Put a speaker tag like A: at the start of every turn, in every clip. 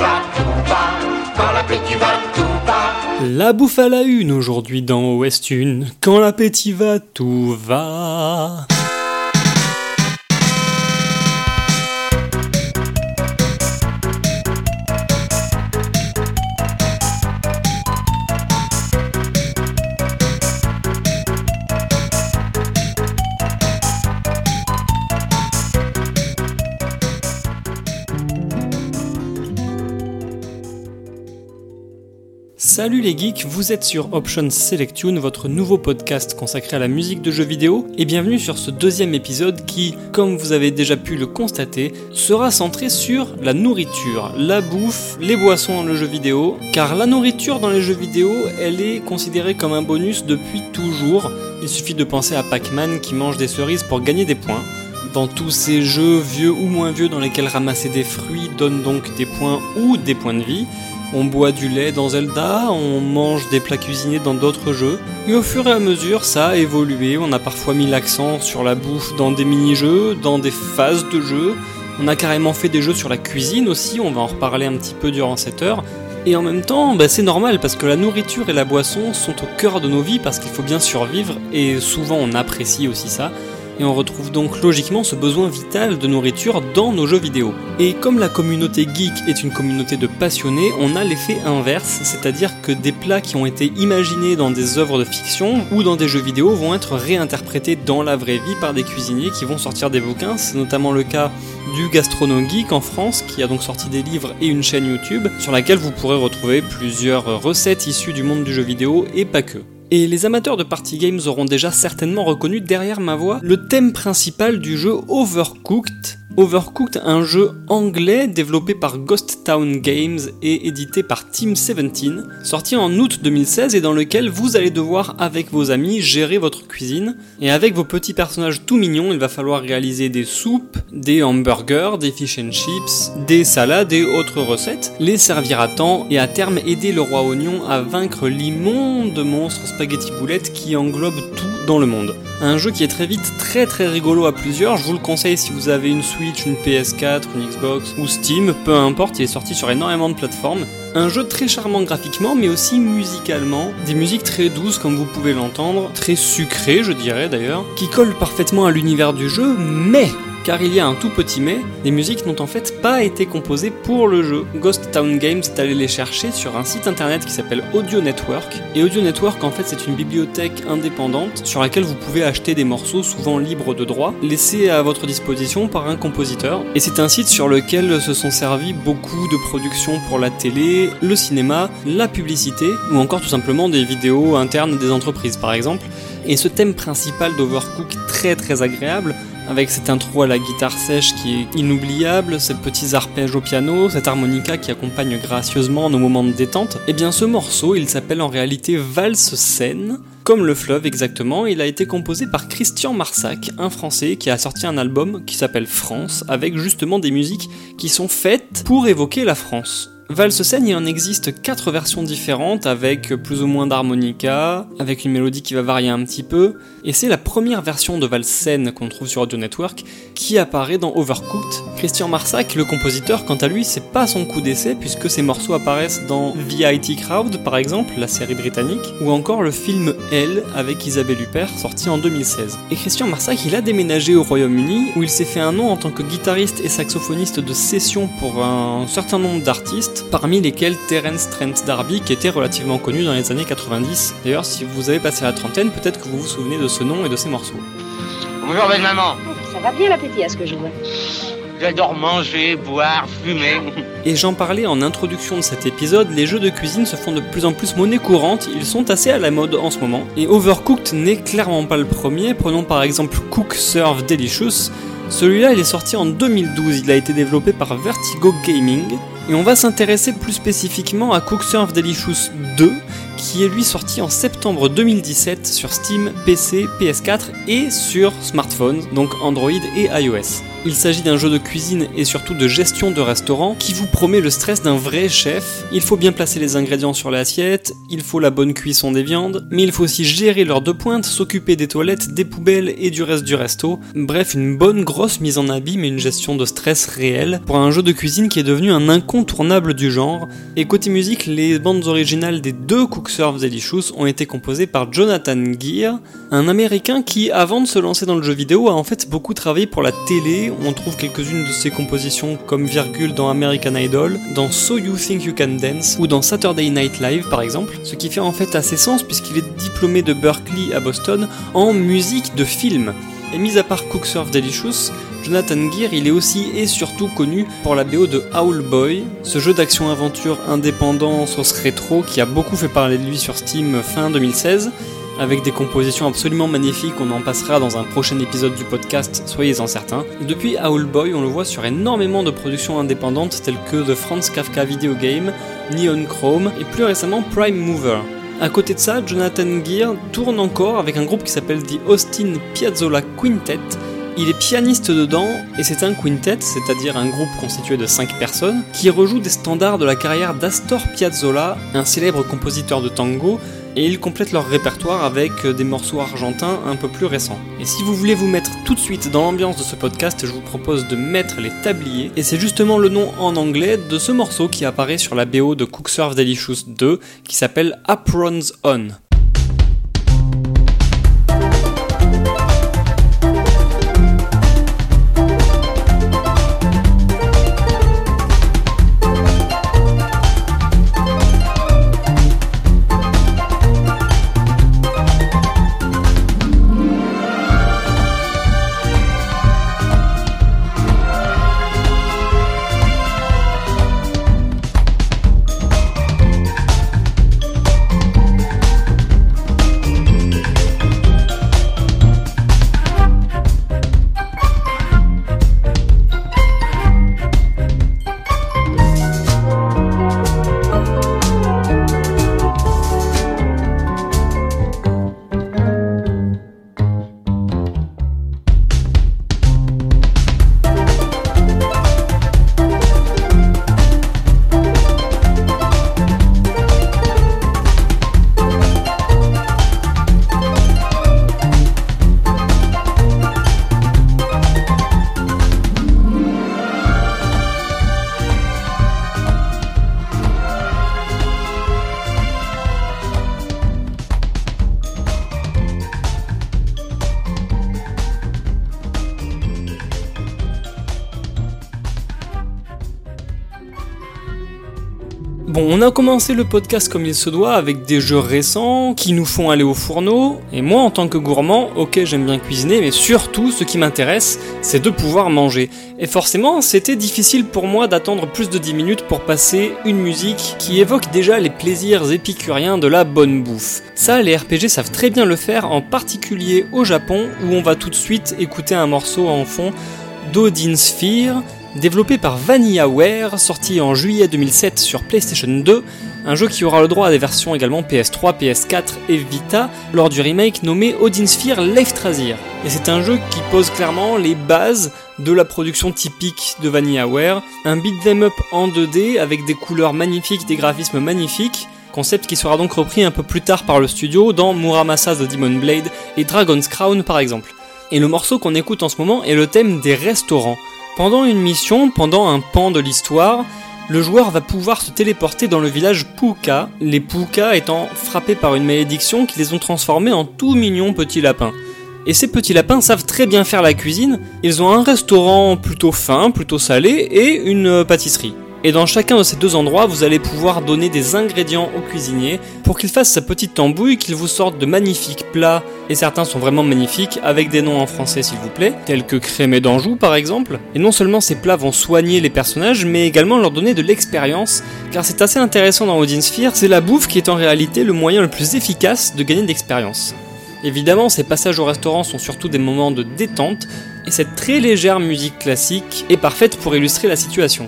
A: quand l'appétit va, tout va.
B: La bouffe à la une aujourd'hui dans OS Une. Quand l'appétit va, tout va. Salut les geeks, vous êtes sur Option Select Tune, votre nouveau podcast consacré à la musique de jeux vidéo, et bienvenue sur ce deuxième épisode qui, comme vous avez déjà pu le constater, sera centré sur la nourriture, la bouffe, les boissons dans le jeu vidéo, car la nourriture dans les jeux vidéo, elle est considérée comme un bonus depuis toujours. Il suffit de penser à Pac-Man qui mange des cerises pour gagner des points. Dans tous ces jeux vieux ou moins vieux dans lesquels ramasser des fruits donne donc des points ou des points de vie, on boit du lait dans Zelda, on mange des plats cuisinés dans d'autres jeux, et au fur et à mesure ça a évolué, on a parfois mis l'accent sur la bouffe dans des mini-jeux, dans des phases de jeux, on a carrément fait des jeux sur la cuisine aussi, on va en reparler un petit peu durant cette heure, et en même temps c'est normal parce que la nourriture et la boisson sont au cœur de nos vies parce qu'il faut bien survivre, et souvent on apprécie aussi ça. Et on retrouve donc logiquement ce besoin vital de nourriture dans nos jeux vidéo. Et comme la communauté geek est une communauté de passionnés, on a l'effet inverse, c'est-à-dire que des plats qui ont été imaginés dans des œuvres de fiction ou dans des jeux vidéo vont être réinterprétés dans la vraie vie par des cuisiniers qui vont sortir des bouquins. C'est notamment le cas du Gastrono Geek en France, qui a donc sorti des livres et une chaîne YouTube sur laquelle vous pourrez retrouver plusieurs recettes issues du monde du jeu vidéo et pas que. Et les amateurs de party games auront déjà certainement reconnu derrière ma voix le thème principal du jeu Overcooked. Overcooked, un jeu anglais développé par Ghost Town Games et édité par Team 17, sorti en août 2016 et dans lequel vous allez devoir, avec vos amis, gérer votre cuisine. Et avec vos petits personnages tout mignons, il va falloir réaliser des soupes, des hamburgers, des fish and chips, des salades et autres recettes, les servir à temps et à terme aider le roi oignon à vaincre l'immonde monstre spaghetti boulette qui englobe tout dans le monde. Un jeu qui est très vite très rigolo à plusieurs, je vous le conseille si vous avez une Switch, une PS4, une Xbox ou Steam, peu importe, il est sorti sur énormément de plateformes. Un jeu très charmant graphiquement mais aussi musicalement, des musiques très douces comme vous pouvez l'entendre, très sucrées je dirais d'ailleurs, qui collent parfaitement à l'univers du jeu, mais... car il y a un tout petit mais, les musiques n'ont en fait pas été composées pour le jeu. Ghost Town Games est allé les chercher sur un site internet qui s'appelle Audio Network. Et Audio Network en fait c'est une bibliothèque indépendante sur laquelle vous pouvez acheter des morceaux souvent libres de droit, laissés à votre disposition par un compositeur. Et c'est un site sur lequel se sont servis beaucoup de productions pour la télé, le cinéma, la publicité, ou encore tout simplement des vidéos internes des entreprises par exemple. Et ce thème principal d'Overcooked très agréable, avec cette intro à la guitare sèche qui est inoubliable, ces petits arpèges au piano, cette harmonica qui accompagne gracieusement nos moments de détente, et bien ce morceau, il s'appelle en réalité Valse Seine, comme le fleuve exactement. Il a été composé par Christian Marsac, un Français qui a sorti un album qui s'appelle France, avec justement des musiques qui sont faites pour évoquer la France. Valse Seine, il en existe 4 versions différentes avec plus ou moins d'harmonica, avec une mélodie qui va varier un petit peu, et c'est la première version de Valse Seine qu'on trouve sur Audio Network qui apparaît dans Overcooked. Christian Marsac, le compositeur, quant à lui, c'est pas son coup d'essai puisque ses morceaux apparaissent dans The IT Crowd par exemple, la série britannique, ou encore le film Elle avec Isabelle Huppert sorti en 2016. Et Christian Marsac, il a déménagé au Royaume-Uni où il s'est fait un nom en tant que guitariste et saxophoniste de session pour un certain nombre d'artistes, parmi lesquels Terence Trent D'Arby qui était relativement connu dans les années 90. D'ailleurs, si vous avez passé la trentaine, peut-être que vous vous souvenez de ce nom et de ces morceaux.
A: Bonjour, belle maman.
C: Ça va bien l'appétit à ce que je vois.
A: J'adore manger, boire, fumer.
B: Et j'en parlais en introduction de cet épisode, les jeux de cuisine se font de plus en plus monnaie courante, ils sont assez à la mode en ce moment. Et Overcooked n'est clairement pas le premier, prenons par exemple Cook Serve Delicious. Celui-là, il est sorti en 2012, il a été développé par Vertigo Gaming. Et on va s'intéresser plus spécifiquement à Cook Serve Delicious 2, qui est lui sorti en septembre 2017 sur Steam, PC, PS4 et sur smartphone, donc Android et iOS. Il s'agit d'un jeu de cuisine et surtout de gestion de restaurant qui vous promet le stress d'un vrai chef. Il faut bien placer les ingrédients sur l'assiette, il faut la bonne cuisson des viandes, mais il faut aussi gérer l'heure de pointe, s'occuper des toilettes, des poubelles et du reste du resto. Bref, une bonne grosse mise en abîme et une gestion de stress réelle pour un jeu de cuisine qui est devenu un incontournable du genre. Et côté musique, les bandes originales des deux Cook Serve Delicious ont été composées par Jonathan Gear, un américain qui, avant de se lancer dans le jeu vidéo, a en fait beaucoup travaillé pour la télé. On trouve quelques-unes de ses compositions comme Virgule dans American Idol, dans So You Think You Can Dance ou dans Saturday Night Live par exemple, ce qui fait en fait assez sens puisqu'il est diplômé de Berkeley à Boston en musique de film. Et mis à part Cook Serve Delicious, Jonathan Gear, il est aussi et surtout connu pour la BO de Owlboy, ce jeu d'action-aventure indépendant sauce rétro qui a beaucoup fait parler de lui sur Steam fin 2016, avec des compositions absolument magnifiques, on en passera dans un prochain épisode du podcast, soyez-en certains. Depuis Owlboy, on le voit sur énormément de productions indépendantes telles que The Franz Kafka Video Game, Neon Chrome et plus récemment Prime Mover. À côté de ça, Jonathan Gear tourne encore avec un groupe qui s'appelle The Austin Piazzolla Quintet. Il est pianiste dedans, et c'est un quintet, c'est-à-dire un groupe constitué de 5 personnes, qui rejoue des standards de la carrière d'Astor Piazzolla, un célèbre compositeur de tango, et ils complètent leur répertoire avec des morceaux argentins un peu plus récents. Et si vous voulez vous mettre tout de suite dans l'ambiance de ce podcast, je vous propose de mettre les tabliers, et c'est justement le nom en anglais de ce morceau qui apparaît sur la BO de Cook Serve Delicious 2, qui s'appelle Aprons On. Bon, on a commencé le podcast comme il se doit avec des jeux récents qui nous font aller au fourneau, et moi en tant que gourmand, ok j'aime bien cuisiner, mais surtout ce qui m'intéresse, c'est de pouvoir manger. Et forcément, c'était difficile pour moi d'attendre plus de 10 minutes pour passer une musique qui évoque déjà les plaisirs épicuriens de la bonne bouffe. Ça, les RPG savent très bien le faire, en particulier au Japon, où on va tout de suite écouter un morceau en fond d'Odin Sphere, développé par VanillaWare, sorti en juillet 2007 sur PlayStation 2, un jeu qui aura le droit à des versions également PS3, PS4 et Vita lors du remake nommé Odin Sphere Leiftrasir. Et c'est un jeu qui pose clairement les bases de la production typique de VanillaWare, un beat'em up en 2D avec des couleurs magnifiques, des graphismes magnifiques, concept qui sera donc repris un peu plus tard par le studio dans Muramasa The Demon Blade et Dragon's Crown par exemple. Et le morceau qu'on écoute en ce moment est le thème des restaurants. Pendant une mission, pendant un pan de l'histoire, le joueur va pouvoir se téléporter dans le village Puka, les Puka étant frappés par une malédiction qui les ont transformés en tout mignons petits lapins. Et ces petits lapins savent très bien faire la cuisine, ils ont un restaurant plutôt fin, plutôt salé et une pâtisserie. Et dans chacun de ces deux endroits, vous allez pouvoir donner des ingrédients au cuisinier pour qu'il fasse sa petite tambouille, qu'il vous sorte de magnifiques plats, et certains sont vraiment magnifiques, avec des noms en français s'il vous plaît, tels que Crémé d'Anjou par exemple. Et non seulement ces plats vont soigner les personnages, mais également leur donner de l'expérience, car c'est assez intéressant dans Odin Sphere, c'est la bouffe qui est en réalité le moyen le plus efficace de gagner de l'expérience. Évidemment, ces passages au restaurant sont surtout des moments de détente, et cette très légère musique classique est parfaite pour illustrer la situation.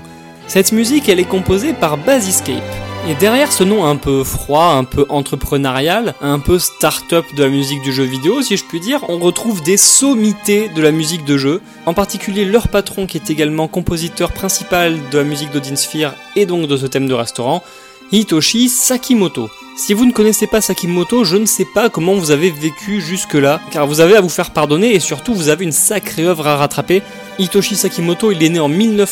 B: Cette musique, elle est composée par Basyscape. Et derrière ce nom un peu froid, un peu entrepreneurial, un peu start-up de la musique du jeu vidéo, si je puis dire, on retrouve des sommités de la musique de jeu, en particulier leur patron qui est également compositeur principal de la musique d'Odin Sphere et donc de ce thème de restaurant, Hitoshi Sakimoto. Si vous ne connaissez pas Sakimoto, je ne sais pas comment vous avez vécu jusque-là, car vous avez à vous faire pardonner et surtout vous avez une sacrée œuvre à rattraper. Hitoshi Sakimoto, il est né en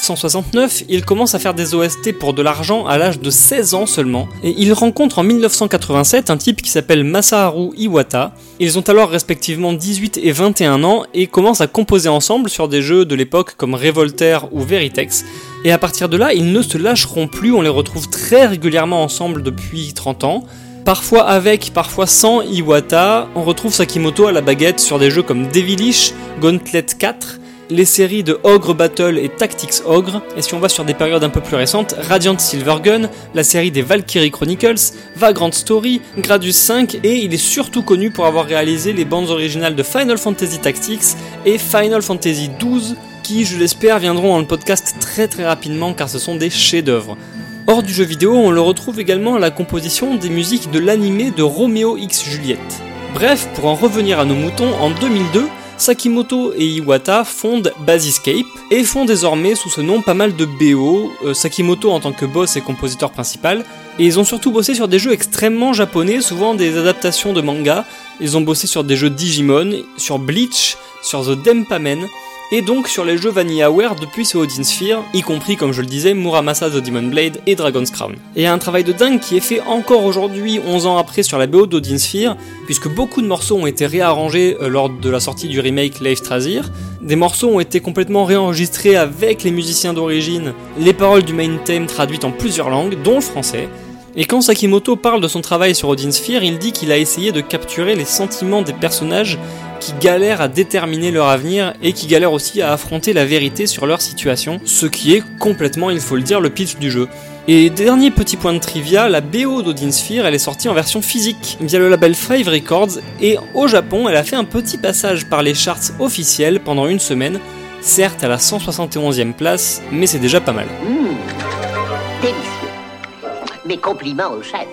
B: 1969, il commence à faire des OST pour de l'argent à l'âge de 16 ans seulement, et il rencontre en 1987 un type qui s'appelle Masaharu Iwata. Ils ont alors respectivement 18 et 21 ans et commencent à composer ensemble sur des jeux de l'époque comme Revolter ou Veritex, et à partir de là, ils ne se lâcheront plus, on les retrouve très régulièrement ensemble depuis 30 ans. Parfois avec, parfois sans Iwata, on retrouve Sakimoto à la baguette sur des jeux comme Devilish, Gauntlet 4, les séries de Ogre Battle et Tactics Ogre, et si on va sur des périodes un peu plus récentes, Radiant Silvergun, la série des Valkyrie Chronicles, Vagrant Story, Gradus 5, et il est surtout connu pour avoir réalisé les bandes originales de Final Fantasy Tactics et Final Fantasy XII, qui, je l'espère, viendront dans le podcast très rapidement car ce sont des chefs-d'œuvre. Hors du jeu vidéo, on le retrouve également à la composition des musiques de l'animé de Roméo X Juliette. Bref, pour en revenir à nos moutons, en 2002, Sakimoto et Iwata fondent Basyscape et font désormais sous ce nom pas mal de BO, Sakimoto en tant que boss et compositeur principal, et ils ont surtout bossé sur des jeux extrêmement japonais, souvent des adaptations de manga. Ils ont bossé sur des jeux Digimon, sur Bleach, sur The Denpamen, et donc sur les jeux VanillaWare depuis ce Odin Sphere, y compris, comme je le disais, Muramasa The Demon Blade et Dragon's Crown. Et il y a un travail de dingue qui est fait encore aujourd'hui, 11 ans après, sur la BO d'Odin Sphere, puisque beaucoup de morceaux ont été réarrangés lors de la sortie du remake Leif Trasir. Des morceaux ont été complètement réenregistrés avec les musiciens d'origine, les paroles du main theme traduites en plusieurs langues, dont le français. Et quand Sakimoto parle de son travail sur Odin Sphere, il dit qu'il a essayé de capturer les sentiments des personnages qui galèrent à déterminer leur avenir et qui galèrent aussi à affronter la vérité sur leur situation, ce qui est complètement, il faut le dire, le pitch du jeu. Et dernier petit point de trivia, la BO d'Odin Sphere, elle est sortie en version physique via le label Five Records, et au Japon, elle a fait un petit passage par les charts officiels pendant une semaine, certes à la 171e place, mais c'est déjà pas mal.
D: Délicieux. Mes compliments au chef.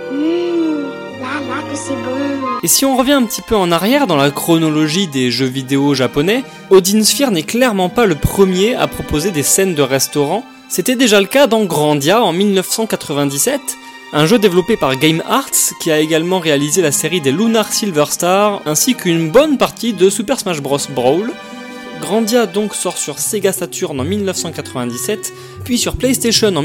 C: Là que c'est bon.
B: Et si on revient un petit peu en arrière dans la chronologie des jeux vidéo japonais, Odin Sphere n'est clairement pas le premier à proposer des scènes de restaurant. C'était déjà le cas dans Grandia en 1997, un jeu développé par Game Arts qui a également réalisé la série des Lunar Silver Star ainsi qu'une bonne partie de Super Smash Bros. Brawl. Grandia donc sort sur Sega Saturn en 1997, puis sur PlayStation en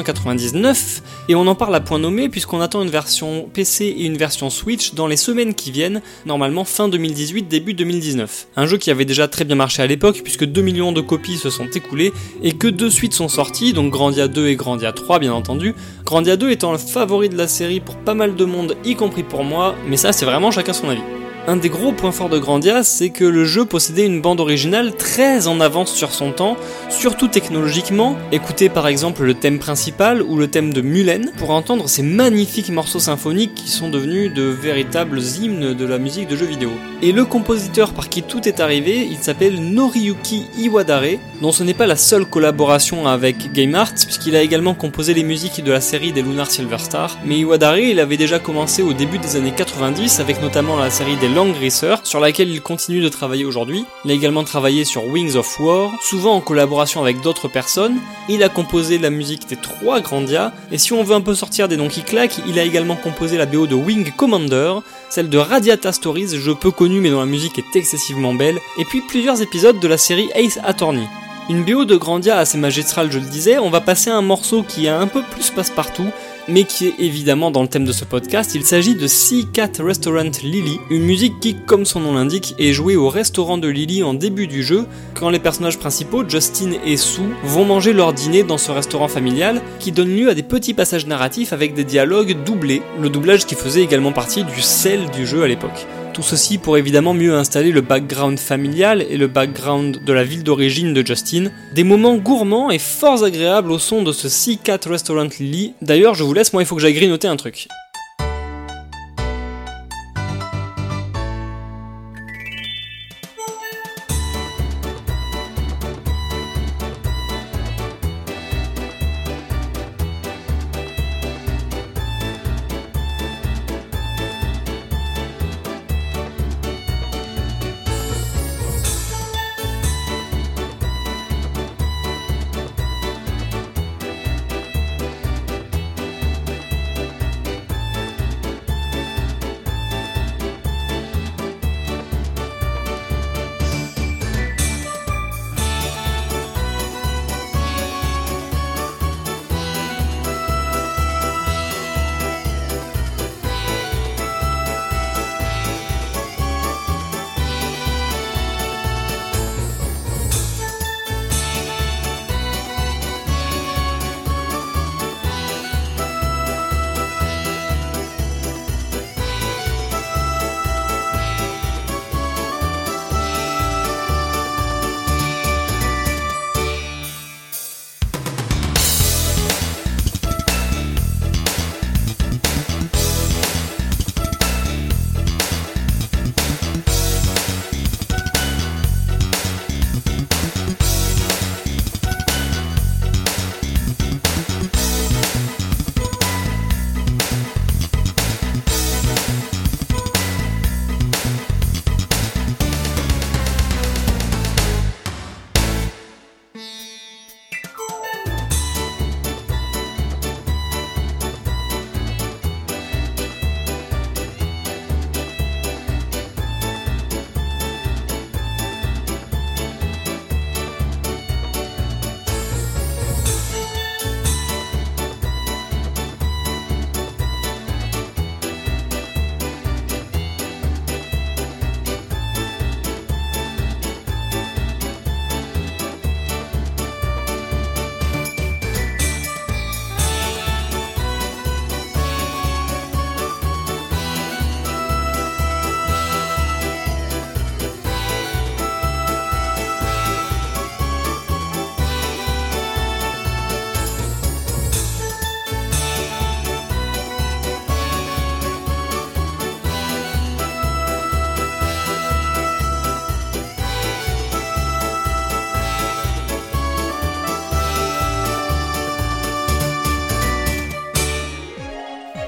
B: 1999, et on en parle à point nommé puisqu'on attend une version PC et une version Switch dans les semaines qui viennent, normalement fin 2018, début 2019. Un jeu qui avait déjà très bien marché à l'époque puisque 2 millions de copies se sont écoulées et que 2 suites sont sorties, donc Grandia 2 et Grandia 3 bien entendu, Grandia 2 étant le favori de la série pour pas mal de monde, y compris pour moi, mais ça c'est vraiment chacun son avis. Un des gros points forts de Grandia, c'est que le jeu possédait une bande originale très en avance sur son temps, surtout technologiquement. Écoutez par exemple le thème principal ou le thème de Mulen pour entendre ces magnifiques morceaux symphoniques qui sont devenus de véritables hymnes de la musique de jeux vidéo. Et le compositeur par qui tout est arrivé, il s'appelle Noriyuki Iwadare, dont ce n'est pas la seule collaboration avec Game Arts, puisqu'il a également composé les musiques de la série des Lunar Silver Star. Mais Iwadare, il avait déjà commencé au début des années 90, avec notamment la série des Long Racer, sur laquelle il continue de travailler aujourd'hui. Il a également travaillé sur Wings of War, souvent en collaboration avec d'autres personnes. Il a composé la musique des 3 Grandia, et si on veut un peu sortir des noms qui claquent, il a également composé la BO de Wing Commander, celle de Radiata Stories, jeu peu connu mais dont la musique est excessivement belle, et puis plusieurs épisodes de la série Ace Attorney. Une BO de Grandia assez magistrale, je le disais. On va passer à un morceau qui est un peu plus passe-partout, mais qui est évidemment dans le thème de ce podcast. Il s'agit de Sea Cat Restaurant Lily, une musique qui, comme son nom l'indique, est jouée au restaurant de Lily en début du jeu, quand les personnages principaux, Justin et Sue, vont manger leur dîner dans ce restaurant familial, qui donne lieu à des petits passages narratifs avec des dialogues doublés, le doublage qui faisait également partie du sel du jeu à l'époque. Tout ceci pour évidemment mieux installer le background familial et le background de la ville d'origine de Justin. Des moments gourmands et fort agréables au son de ce Sea Cat Restaurant Lily. D'ailleurs, je vous laisse, moi il faut que j'aille grignoter un truc.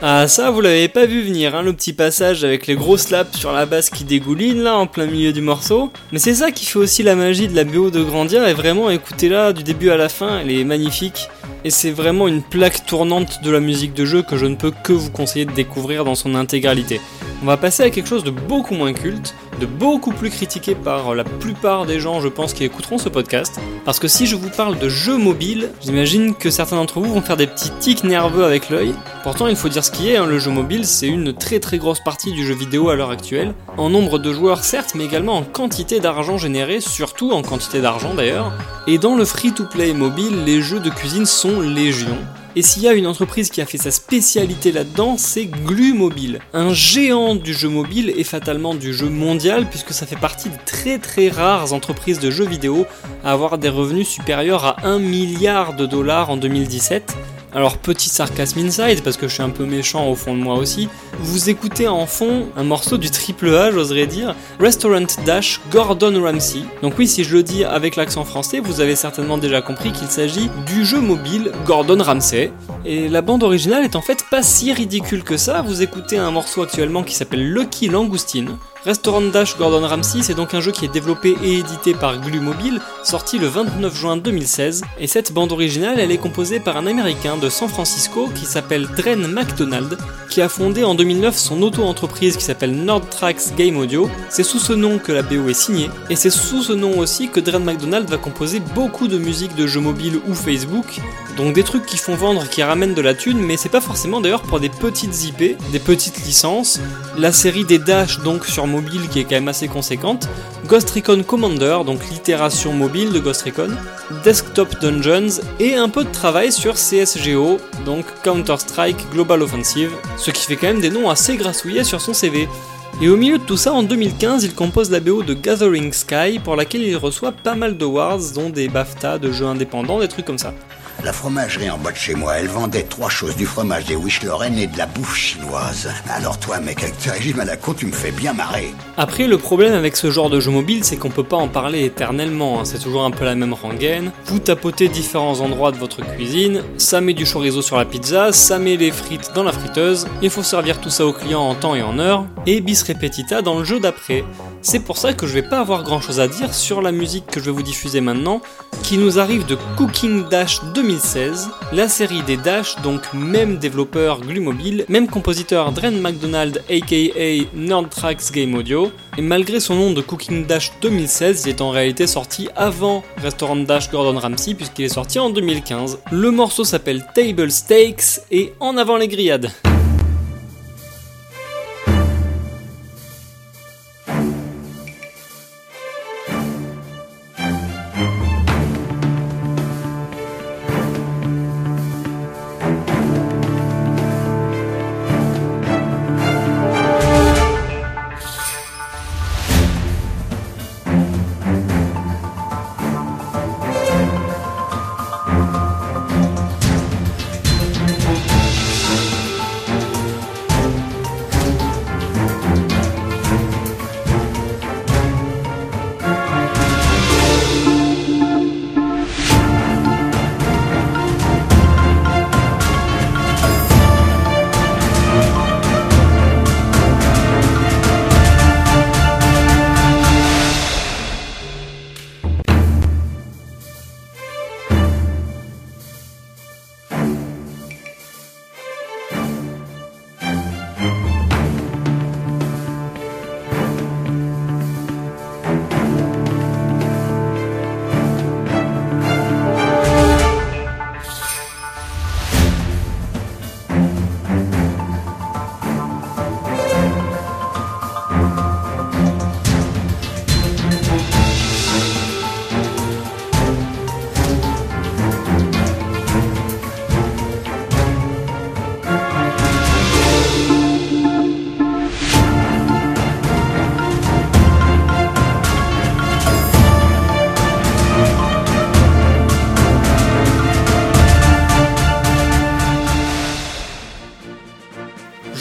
B: Ah ça vous l'avez pas vu venir, hein, le petit passage avec les gros slaps sur la basse qui dégouline là en plein milieu du morceau. Mais c'est ça qui fait aussi la magie de la BO de Grandia, et vraiment écoutez-la du début à la fin, elle est magnifique. Et c'est vraiment une plaque tournante de la musique de jeu que je ne peux que vous conseiller de découvrir dans son intégralité. On va passer à quelque chose de beaucoup moins culte, de beaucoup plus critiqué par la plupart des gens, je pense, qui écouteront ce podcast. Parce que si je vous parle de jeux mobiles, j'imagine que certains d'entre vous vont faire des petits tics nerveux avec l'œil. Pourtant, il faut dire ce qui est, hein, le jeu mobile, c'est une très très grosse partie du jeu vidéo à l'heure actuelle. En nombre de joueurs, certes, mais également en quantité d'argent généré, surtout en quantité d'argent d'ailleurs. Et dans le free-to-play mobile, les jeux de cuisine sont légion. Et s'il y a une entreprise qui a fait sa spécialité là-dedans, c'est Glu Mobile. Un géant du jeu mobile et fatalement du jeu mondial, puisque ça fait partie des très très rares entreprises de jeux vidéo à avoir des revenus supérieurs à 1 milliard de dollars en 2017. Alors petit sarcasme inside, parce que je suis un peu méchant au fond de moi aussi, vous écoutez en fond un morceau du AAA, j'oserais dire, Restaurant Dash Gordon Ramsay. Donc oui, si je le dis avec l'accent français, vous avez certainement déjà compris qu'il s'agit du jeu mobile Gordon Ramsay. Et la bande originale est en fait pas si ridicule que ça, vous écoutez un morceau actuellement qui s'appelle Lucky Langoustine. Restaurant Dash Gordon Ramsay, c'est donc un jeu qui est développé et édité par Glu Mobile, sorti le 29 juin 2016, et cette bande originale, elle est composée par un américain de San Francisco qui s'appelle Dren McDonald, qui a fondé en 2009 son auto-entreprise qui s'appelle Nordtrax Game Audio. C'est sous ce nom que la BO est signée, et c'est sous ce nom aussi que Dren McDonald va composer beaucoup de musique de jeux mobiles ou Facebook, donc des trucs qui font vendre, qui ramènent de la thune, mais c'est pas forcément d'ailleurs pour des petites IP, des petites licences. La série des Dash donc sur mobile qui est quand même assez conséquente, Ghost Recon Commander, donc l'itération mobile de Ghost Recon, Desktop Dungeons et un peu de travail sur CSGO, donc Counter-Strike Global Offensive, ce qui fait quand même des noms assez grassouillés sur son CV. Et au milieu de tout ça, en 2015, il compose la BO de Gathering Sky, pour laquelle il reçoit pas mal d'awards, dont des BAFTA de jeux indépendants, des trucs comme ça.
E: La fromagerie en bas de chez moi, elle vendait 3 choses, du fromage, des Wish Lorraine et de la bouffe chinoise. Alors toi, mec, avec tes régimes à la con, tu me fais bien marrer.
B: Après, le problème avec ce genre de jeu mobile, c'est qu'on peut pas en parler éternellement, hein. C'est toujours un peu la même rengaine. Vous tapotez différents endroits de votre cuisine, ça met du chorizo sur la pizza, ça met les frites dans la friteuse, il faut servir tout ça aux clients en temps et en heure, et bis repetita dans le jeu d'après. C'est pour ça que je vais pas avoir grand chose à dire sur la musique que je vais vous diffuser maintenant, qui nous arrive de Cooking Dash 2016, la série des Dash, donc même développeur Glu Mobile, même compositeur Dren McDonald aka Nordtrax Game Audio, et malgré son nom de Cooking Dash 2016, il est en réalité sorti avant Restaurant Dash Gordon Ramsay puisqu'il est sorti en 2015. Le morceau s'appelle Table Stakes et en avant les grillades.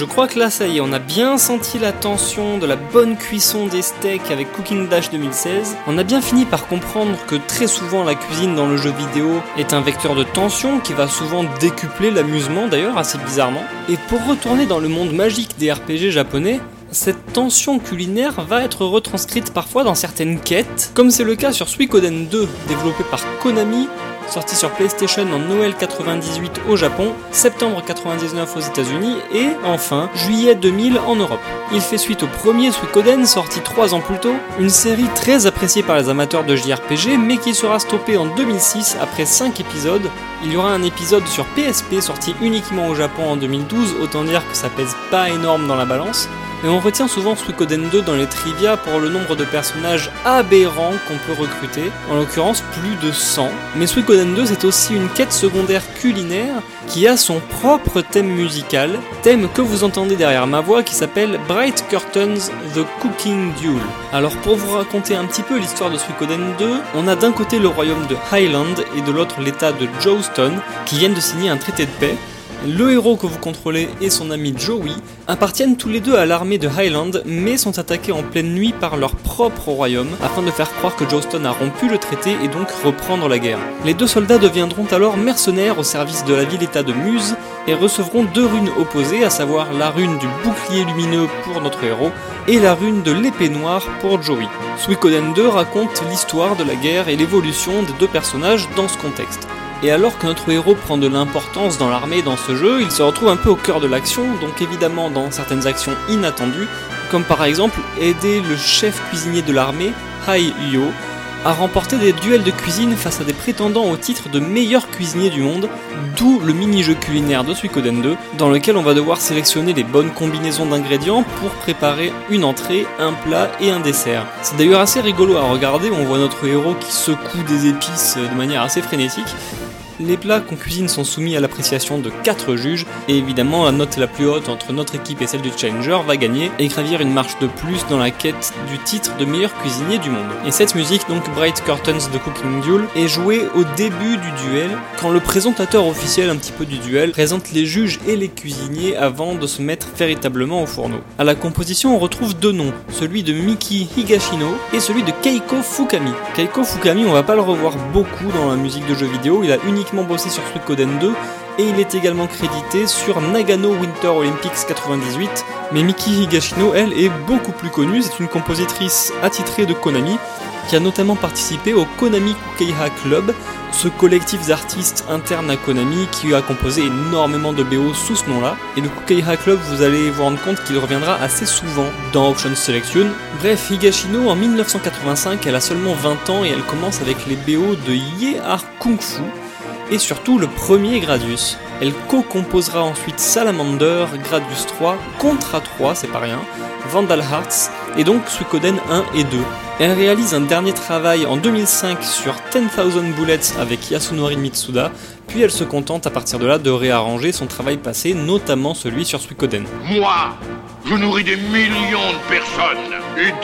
B: Je crois que là ça y est, on a bien senti la tension de la bonne cuisson des steaks avec Cooking Bash 2016. On a bien fini par comprendre que très souvent la cuisine dans le jeu vidéo est un vecteur de tension qui va souvent décupler l'amusement d'ailleurs assez bizarrement. Et pour retourner dans le monde magique des RPG japonais, cette tension culinaire va être retranscrite parfois dans certaines quêtes, comme c'est le cas sur Suikoden 2, développé par Konami, sorti sur PlayStation en Noël 98 au Japon, septembre 99 aux États-Unis et enfin juillet 2000 en Europe. Il fait suite au premier Suikoden sorti 3 ans plus tôt, une série très appréciée par les amateurs de JRPG mais qui sera stoppée en 2006 après 5 épisodes. Il y aura un épisode sur PSP sorti uniquement au Japon en 2012, autant dire que ça pèse pas énorme dans la balance. Et on retient souvent Suikoden 2 dans les trivia pour le nombre de personnages aberrants qu'on peut recruter, en l'occurrence plus de 100. Mais Suikoden 2 c'est aussi une quête secondaire culinaire qui a son propre thème musical, thème que vous entendez derrière ma voix qui s'appelle Bright Curtains The Cooking Duel. Alors pour vous raconter un petit peu l'histoire de Suikoden 2, on a d'un côté le royaume de Highland et de l'autre l'état de Jouston qui viennent de signer un traité de paix. Le héros que vous contrôlez et son ami Joey appartiennent tous les deux à l'armée de Highland mais sont attaqués en pleine nuit par leur propre royaume afin de faire croire que Jouston a rompu le traité et donc reprendre la guerre. Les deux soldats deviendront alors mercenaires au service de la ville-état de Muse et recevront 2 runes opposées, à savoir la rune du bouclier lumineux pour notre héros et la rune de l'épée noire pour Joey. Suikoden 2 raconte l'histoire de la guerre et l'évolution des deux personnages dans ce contexte. Et alors que notre héros prend de l'importance dans l'armée dans ce jeu, il se retrouve un peu au cœur de l'action, donc évidemment dans certaines actions inattendues, comme par exemple aider le chef cuisinier de l'armée, Hai Yo, à remporter des duels de cuisine face à des prétendants au titre de meilleur cuisinier du monde, d'où le mini-jeu culinaire de Suikoden 2, dans lequel on va devoir sélectionner les bonnes combinaisons d'ingrédients pour préparer une entrée, un plat et un dessert. C'est d'ailleurs assez rigolo à regarder, on voit notre héros qui secoue des épices de manière assez frénétique. Les plats qu'on cuisine sont soumis à l'appréciation de 4 juges, et évidemment la note la plus haute entre notre équipe et celle du Challenger va gagner et gravir une marche de plus dans la quête du titre de meilleur cuisinier du monde. Et cette musique, donc Bright Curtains The Cooking Duel, est jouée au début du duel, quand le présentateur officiel un petit peu du duel présente les juges et les cuisiniers avant de se mettre véritablement au fourneau. À la composition on retrouve 2 noms, celui de Miki Higashino et celui de Keiko Fukami. Keiko Fukami on va pas le revoir beaucoup dans la musique de jeux vidéo, il a uniquement bossé sur Suikoden 2 et il est également crédité sur Nagano Winter Olympics 98, mais Miki Higashino, elle, est beaucoup plus connue, c'est une compositrice attitrée de Konami qui a notamment participé au Konami Kukeiha Club, ce collectif d'artistes interne à Konami qui a composé énormément de BO sous ce nom-là. Et le Kukeiha Club, vous allez vous rendre compte qu'il reviendra assez souvent dans Option Selection. Bref, Higashino, en 1985, elle a seulement 20 ans et elle commence avec les BO de Ye Art Kung Fu, et surtout le premier Gradius. Elle co-composera ensuite Salamander, Gradius 3, Contra 3, c'est pas rien, Vandal Hearts, et donc Suikoden 1 et 2. Elle réalise un dernier travail en 2005 sur 10,000 Bullets avec Yasunori Mitsuda, puis elle se contente à partir de là de réarranger son travail passé, notamment celui sur Suikoden.
F: Moi, je nourris des millions de personnes, et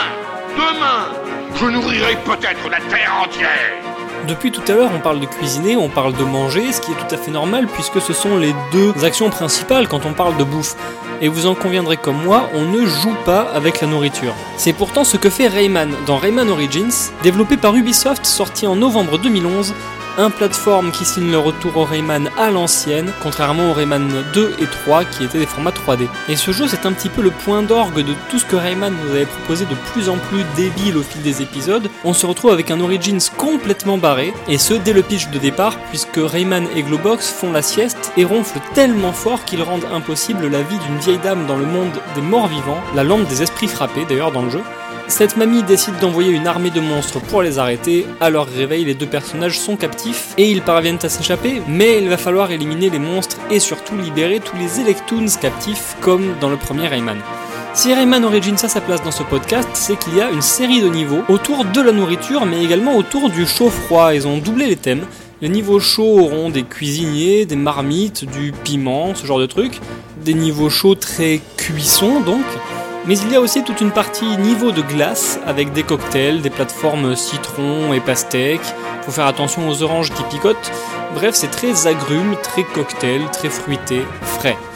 F: demain, je nourrirai peut-être la terre entière.
B: Depuis tout à l'heure, on parle de cuisiner, on parle de manger, ce qui est tout à fait normal puisque ce sont les 2 actions principales quand on parle de bouffe. Et vous en conviendrez comme moi, on ne joue pas avec la nourriture. C'est pourtant ce que fait Rayman dans Rayman Origins, développé par Ubisoft, sorti en novembre 2011, un plateforme qui signe le retour au Rayman à l'ancienne, contrairement au Rayman 2 et 3 qui étaient des formats 3D. Et ce jeu c'est un petit peu le point d'orgue de tout ce que Rayman nous avait proposé de plus en plus débile au fil des épisodes. On se retrouve avec un Origins complètement barré, et ce dès le pitch de départ, puisque Rayman et Globox font la sieste et ronflent tellement fort qu'ils rendent impossible la vie d'une vieille dame dans le monde des morts vivants, la lampe des esprits frappés d'ailleurs dans le jeu. Cette mamie décide d'envoyer une armée de monstres pour les arrêter. À leur réveil, les 2 personnages sont captifs et ils parviennent à s'échapper, mais il va falloir éliminer les monstres et surtout libérer tous les Electoons captifs comme dans le premier Rayman. Si Rayman Origins a sa place dans ce podcast, c'est qu'il y a une série de niveaux autour de la nourriture mais également autour du chaud-froid. Ils ont doublé les thèmes. Les niveaux chauds auront des cuisiniers, des marmites, du piment, ce genre de trucs. Des niveaux chauds très cuisson donc. Mais il y a aussi toute une partie niveau de glace avec des cocktails, des plateformes citron et pastèque. Faut faire attention aux oranges qui picotent. Bref, c'est très agrumes, très cocktail, très fruité, frais.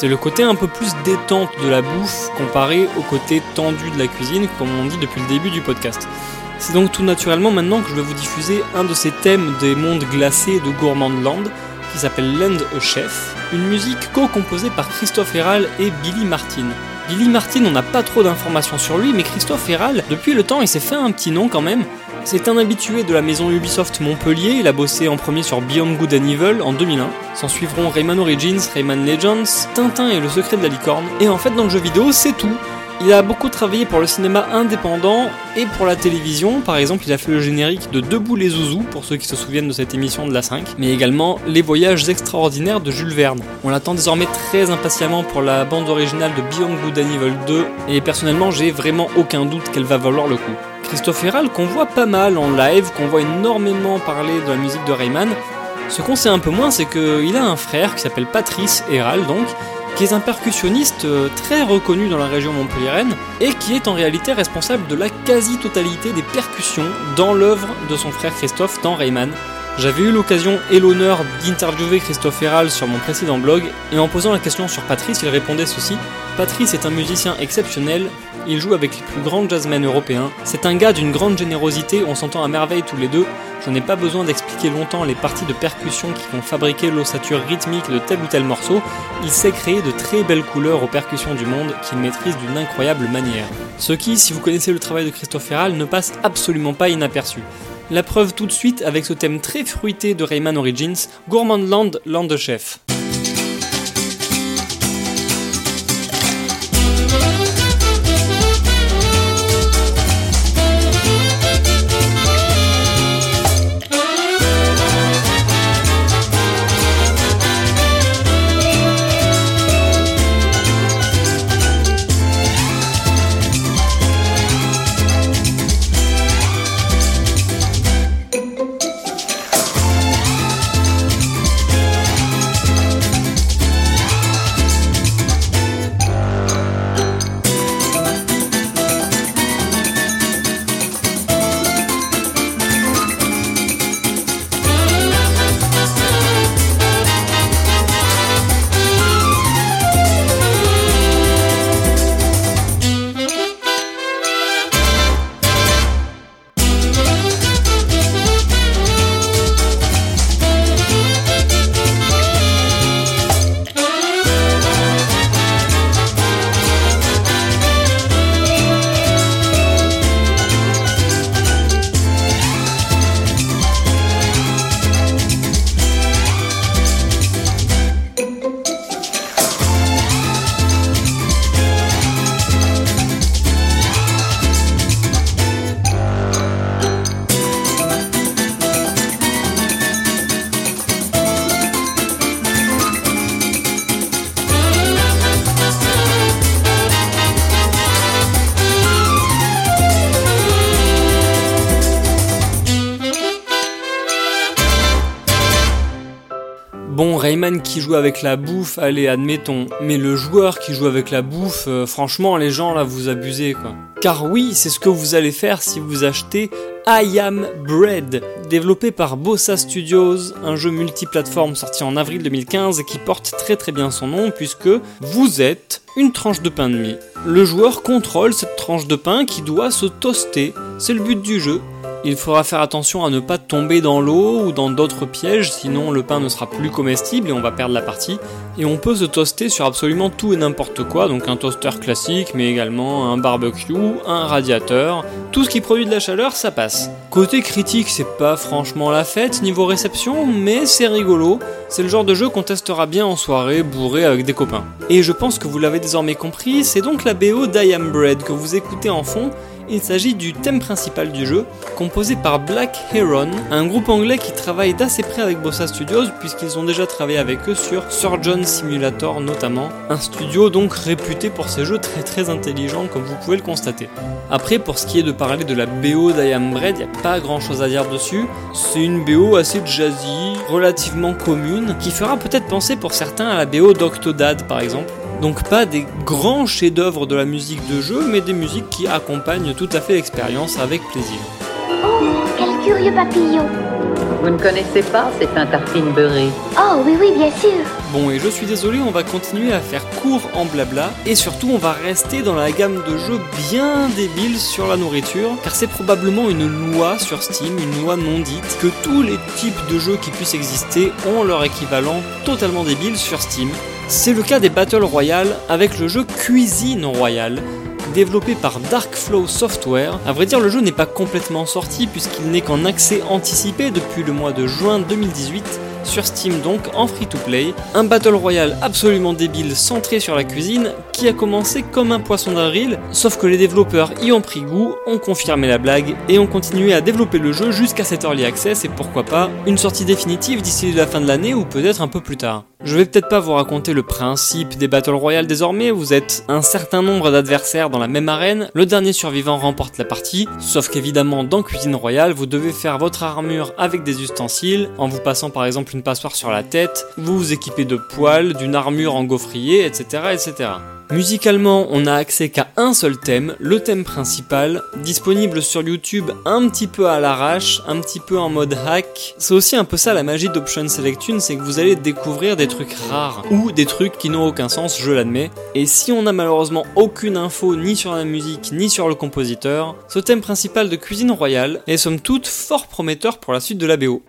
B: C'est le côté un peu plus détente de la bouffe comparé au côté tendu de la cuisine, comme on dit depuis le début du podcast. C'est donc tout naturellement maintenant que je vais vous diffuser un de ces thèmes des mondes glacés de Gourmandland, qui s'appelle Land a Chef, une musique co-composée par Christophe Herral et Billy Martin. Billy Martin, on n'a pas trop d'informations sur lui, mais Christophe Herral, depuis le temps, il s'est fait un petit nom quand même. C'est un habitué de la maison Ubisoft Montpellier, il a bossé en premier sur Beyond Good and Evil en 2001. S'en suivront Rayman Origins, Rayman Legends, Tintin et le secret de la licorne. Et en fait, dans le jeu vidéo, c'est tout. Il a beaucoup travaillé pour le cinéma indépendant et pour la télévision. Par exemple, il a fait le générique de Debout les Zouzous, pour ceux qui se souviennent de cette émission de la 5, mais également Les Voyages extraordinaires de Jules Verne. On l'attend désormais très impatiemment pour la bande originale de Beyond Good and Evil 2, et personnellement, j'ai vraiment aucun doute qu'elle va valoir le coup. Christophe Herral, qu'on voit pas mal en live, qu'on voit énormément parler de la musique de Rayman, ce qu'on sait un peu moins, c'est qu'il a un frère qui s'appelle Patrice Herral, donc, qui est un percussionniste très reconnu dans la région montpelliéraine et qui est en réalité responsable de la quasi-totalité des percussions dans l'œuvre de son frère Christophe dans Rayman. J'avais eu l'occasion et l'honneur d'interviewer Christophe Herral sur mon précédent blog, et en posant la question sur Patrice, il répondait ceci: Patrice est un musicien exceptionnel, il joue avec les plus grands jazzmen européens, c'est un gars d'une grande générosité, on s'entend à merveille tous les deux, je n'ai pas besoin d'expliquer longtemps les parties de percussion qui vont fabriquer l'ossature rythmique de tel ou tel morceau, il sait créer de très belles couleurs aux percussions du monde qu'il maîtrise d'une incroyable manière. Ce qui, si vous connaissez le travail de Christophe Herral, ne passe absolument pas inaperçu. La preuve tout de suite avec ce thème très fruité de Rayman Origins, Gourmandland, Land a Chef. Bon, Rayman qui joue avec la bouffe, allez, admettons. Mais le joueur qui joue avec la bouffe, franchement, les gens, là, vous abusez, quoi. Car oui, c'est ce que vous allez faire si vous achetez I Am Bread, développé par Bossa Studios, un jeu multiplateforme sorti en avril 2015 et qui porte très très bien son nom puisque vous êtes une tranche de pain de mie. Le joueur contrôle cette tranche de pain qui doit se toaster, c'est le but du jeu. Il faudra faire attention à ne pas tomber dans l'eau ou dans d'autres pièges, sinon le pain ne sera plus comestible et on va perdre la partie. Et on peut se toaster sur absolument tout et n'importe quoi, donc un toaster classique, mais également un barbecue, un radiateur, tout ce qui produit de la chaleur, ça passe. Côté critique, c'est pas franchement la fête niveau réception, mais c'est rigolo. C'est le genre de jeu qu'on testera bien en soirée, bourré avec des copains. Et je pense que vous l'avez désormais compris, c'est donc la BO d'I Am Bread que vous écoutez en fond. Il s'agit du thème principal du jeu, composé par Black Heron, un groupe anglais qui travaille d'assez près avec Bossa Studios, puisqu'ils ont déjà travaillé avec eux sur Surgeon Simulator notamment, un studio donc réputé pour ses jeux très très intelligents comme vous pouvez le constater. Après, pour ce qui est de parler de la BO d'I Am Bread, il n'y a pas grand chose à dire dessus, c'est une BO assez jazzy, relativement commune, qui fera peut-être penser pour certains à la BO d'Octodad par exemple. Donc pas des grands chefs-d'œuvre de la musique de jeu, mais des musiques qui accompagnent tout à fait l'expérience avec plaisir.
C: Oh, quel curieux papillon!
G: Vous ne connaissez pas, c'est un tartine beurré.
C: Oh oui, oui, bien sûr.
B: Bon, et je suis désolé, on va continuer à faire court en blabla, et surtout on va rester dans la gamme de jeux bien débiles sur la nourriture, car c'est probablement une loi sur Steam, une loi non dite, que tous les types de jeux qui puissent exister ont leur équivalent totalement débile sur Steam. C'est le cas des Battle Royale avec le jeu Cuisine Royale, développé par Darkflow Software. À vrai dire, le jeu n'est pas complètement sorti puisqu'il n'est qu'en accès anticipé depuis le mois de juin 2018, sur Steam donc en free-to-play, un Battle Royale absolument débile centré sur la cuisine qui a commencé comme un poisson d'avril, sauf que les développeurs y ont pris goût, ont confirmé la blague et ont continué à développer le jeu jusqu'à cet early access et pourquoi pas une sortie définitive d'ici la fin de l'année ou peut-être un peu plus tard. Je vais peut-être pas vous raconter le principe des Battle Royale désormais, vous êtes un certain nombre d'adversaires dans la même arène, le dernier survivant remporte la partie, sauf qu'évidemment dans Cuisine Royale, vous devez faire votre armure avec des ustensiles, en vous passant par exemple une passoire sur la tête, vous vous équipez de poils, d'une armure en gaufrier, etc. etc. Musicalement, on n'a accès qu'à un seul thème, le thème principal, disponible sur YouTube un petit peu à l'arrache, un petit peu en mode hack. C'est aussi un peu ça la magie d'Option Selectune, c'est que vous allez découvrir des trucs rares, ou des trucs qui n'ont aucun sens, je l'admets. Et si on n'a malheureusement aucune info ni sur la musique, ni sur le compositeur, ce thème principal de Cuisine Royale est somme toute fort prometteur pour la suite de la BO.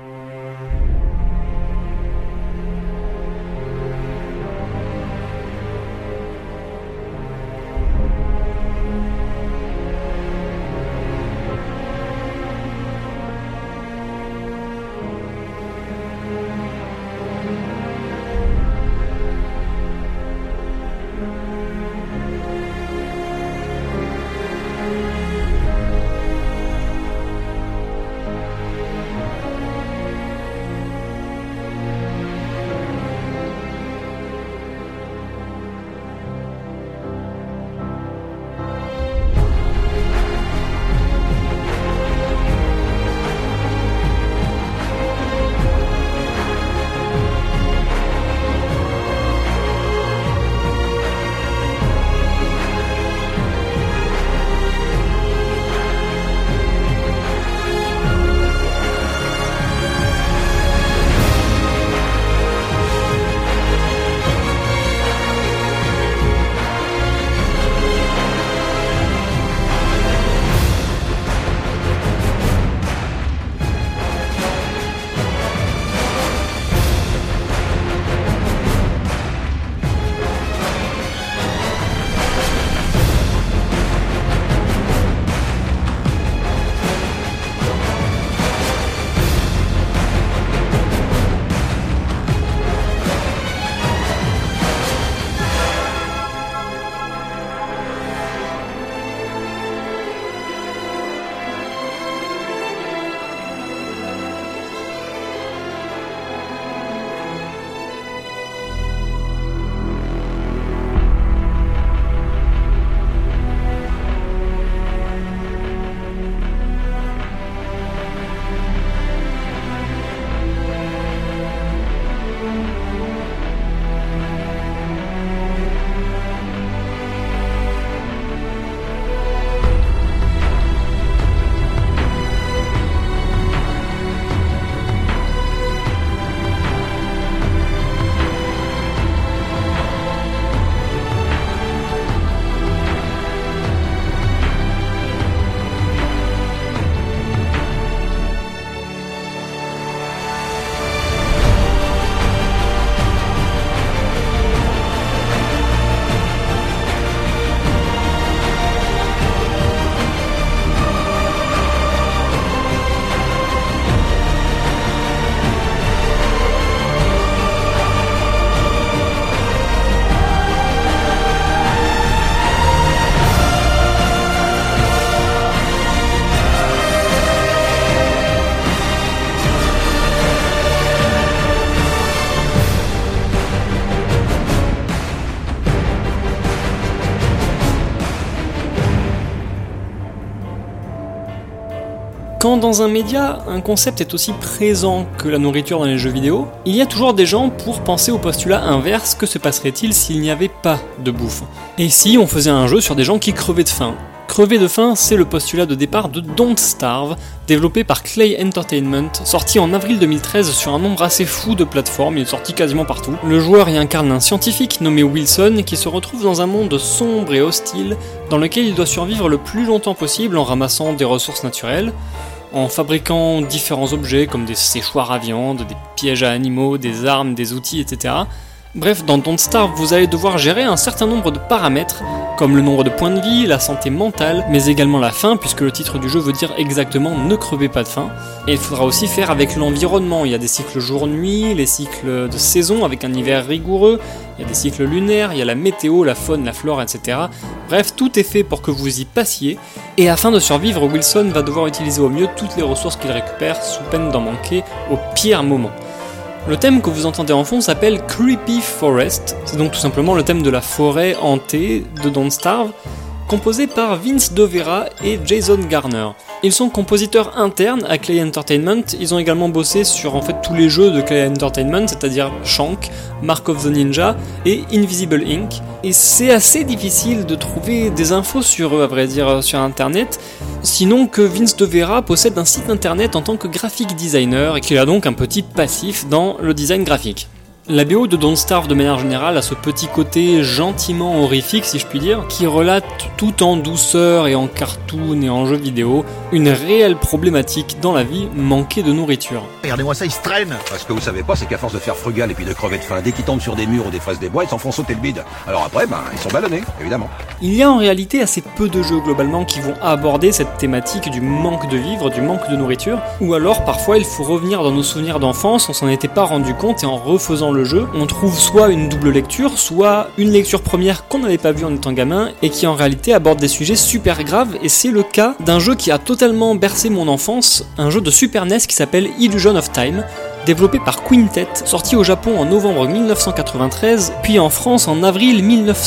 B: Quand dans un média, un concept est aussi présent que la nourriture dans les jeux vidéo, il y a toujours des gens pour penser au postulat inverse, que se passerait-il s'il n'y avait pas de bouffe? Et si on faisait un jeu sur des gens qui crevaient de faim? Crever de faim, c'est le postulat de départ de Don't Starve, développé par Clay Entertainment, sorti en avril 2013 sur un nombre assez fou de plateformes, il est sorti quasiment partout. Le joueur y incarne un scientifique nommé Wilson qui se retrouve dans un monde sombre et hostile dans lequel il doit survivre le plus longtemps possible en ramassant des ressources naturelles, en fabriquant différents objets comme des séchoirs à viande, des pièges à animaux, des armes, des outils, etc. Bref, dans Don't Starve, vous allez devoir gérer un certain nombre de paramètres, comme le nombre de points de vie, la santé mentale, mais également la faim, puisque le titre du jeu veut dire exactement « ne crevez pas de faim ». Et il faudra aussi faire avec l'environnement, il y a des cycles jour-nuit, les cycles de saison avec un hiver rigoureux, il y a des cycles lunaires, il y a la météo, la faune, la flore, etc. Bref, tout est fait pour que vous y passiez, et afin de survivre, Wilson va devoir utiliser au mieux toutes les ressources qu'il récupère, sous peine d'en manquer au pire moment. Le thème que vous entendez en fond s'appelle Creepy Forest, c'est donc tout simplement le thème de la forêt hantée de Don't Starve, composé par Vince DeVera et Jason Garner. Ils sont compositeurs internes à Clay Entertainment, ils ont également bossé sur en fait tous les jeux de Clay Entertainment, c'est-à-dire Shank, Mark of the Ninja et Invisible Inc. Et c'est assez difficile de trouver des infos sur eux, à vrai dire, sur internet, sinon que Vince DeVera possède un site internet en tant que graphic designer et qu'il a donc un petit passif dans le design graphique. La BO de Don't Starve de manière générale a ce petit côté gentiment horrifique si je puis dire, qui relate tout en douceur et en cartoon et en jeu vidéo, une réelle problématique dans la vie, manquer de nourriture.
G: Regardez-moi ça, il se traîne. Ce que vous savez pas, c'est qu'à force de faire frugal et puis de crever de faim, dès qu'ils tombent sur des murs ou des fraises des bois, ils s'en font sauter le bide. Alors après, ils sont ballonnés, évidemment.
B: Il y a en réalité assez peu de jeux globalement qui vont aborder cette thématique du manque de vivre, du manque de nourriture, ou alors parfois il faut revenir dans nos souvenirs d'enfance, on s'en était pas rendu compte et en refaisant le jeu, on trouve soit une double lecture, soit une lecture première qu'on n'avait pas vue en étant gamin et qui en réalité aborde des sujets super graves, et c'est le cas d'un jeu qui a totalement bercé mon enfance, un jeu de Super NES qui s'appelle Illusion of Time, développé par Quintet, sorti au Japon en novembre 1993, puis en France en avril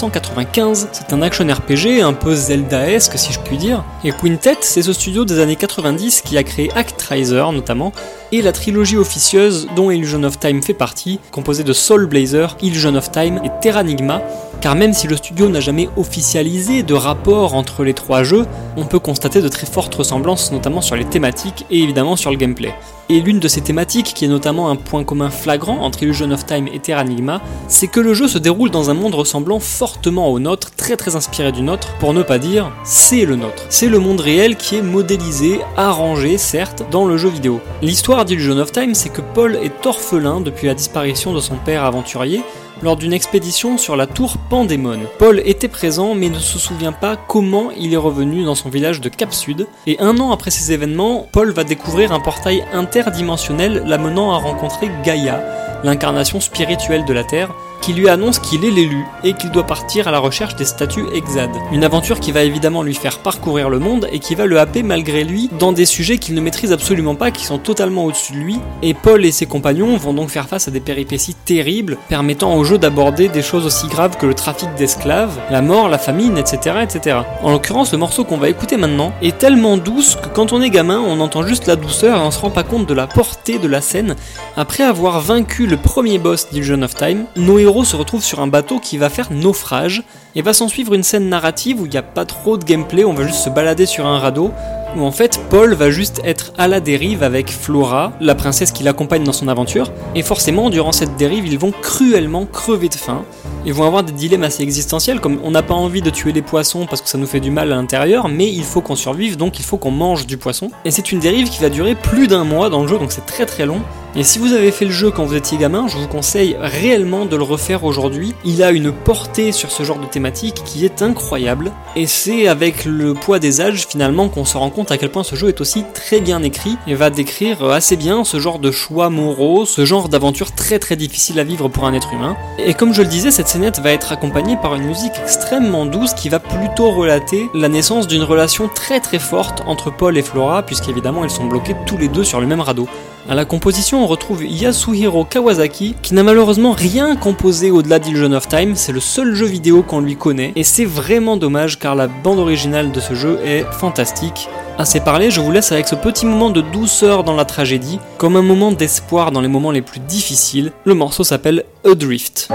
B: 1995. C'est un action RPG un peu Zelda-esque si je puis dire, et Quintet c'est ce studio des années 90 qui a créé Actraiser notamment, et la trilogie officieuse dont Illusion of Time fait partie, composée de Soul Blazer, Illusion of Time et Terranigma, car même si le studio n'a jamais officialisé de rapport entre les trois jeux, on peut constater de très fortes ressemblances notamment sur les thématiques et évidemment sur le gameplay. Et l'une de ces thématiques, qui est notamment un point commun flagrant entre Illusion of Time et Terranigma, c'est que le jeu se déroule dans un monde ressemblant fortement au nôtre, très inspiré du nôtre, pour ne pas dire c'est le nôtre. C'est le monde réel qui est modélisé, arrangé certes, dans le jeu vidéo. L'histoire d'Illusion of Time, c'est que Paul est orphelin depuis la disparition de son père aventurier, lors d'une expédition sur la tour Pandémon. Paul était présent mais ne se souvient pas comment il est revenu dans son village de Cap Sud, et un an après ces événements, Paul va découvrir un portail interdimensionnel l'amenant à rencontrer Gaïa, l'incarnation spirituelle de la Terre, qui lui annonce qu'il est l'élu et qu'il doit partir à la recherche des statues Exad. Une aventure qui va évidemment lui faire parcourir le monde et qui va le happer malgré lui dans des sujets qu'il ne maîtrise absolument pas, qui sont totalement au-dessus de lui, et Paul et ses compagnons vont donc faire face à des péripéties terribles, permettant au jeu d'aborder des choses aussi graves que le trafic d'esclaves, la mort, la famine, etc. etc. En l'occurrence, le morceau qu'on va écouter maintenant est tellement douce que quand on est gamin, on entend juste la douceur et on se rend pas compte de la portée de la scène. Après avoir vaincu le premier boss d'Illusion of Time, nos héros se retrouve sur un bateau qui va faire naufrage, et va s'en suivre une scène narrative où il n'y a pas trop de gameplay, on va juste se balader sur un radeau, où en fait Paul va juste être à la dérive avec Flora, la princesse qui l'accompagne dans son aventure, et forcément durant cette dérive ils vont cruellement crever de faim. Ils vont avoir des dilemmes assez existentiels, comme on n'a pas envie de tuer les poissons parce que ça nous fait du mal à l'intérieur, mais il faut qu'on survive, donc il faut qu'on mange du poisson. Et c'est une dérive qui va durer plus d'un mois dans le jeu, donc c'est très long. Et si vous avez fait le jeu quand vous étiez gamin, je vous conseille réellement de le refaire aujourd'hui. Il a une portée sur ce genre de thématique qui est incroyable, et c'est avec le poids des âges finalement qu'on se rend compte à quel point ce jeu est aussi très bien écrit, et va décrire assez bien ce genre de choix moraux, ce genre d'aventure très difficile à vivre pour un être humain. Et comme je le disais, cette scénette va être accompagnée par une musique extrêmement douce qui va plutôt relater la naissance d'une relation très forte entre Paul et Flora, puisqu'évidemment ils sont bloqués tous les deux sur le même radeau. À la composition, on retrouve Yasuhiro Kawasaki, qui n'a malheureusement rien composé au-delà d'Illusion of Time, c'est le seul jeu vidéo qu'on lui connaît, et c'est vraiment dommage car la bande originale de ce jeu est fantastique. Assez parlé, je vous laisse avec ce petit moment de douceur dans la tragédie, comme un moment d'espoir dans les moments les plus difficiles. Le morceau s'appelle Adrift.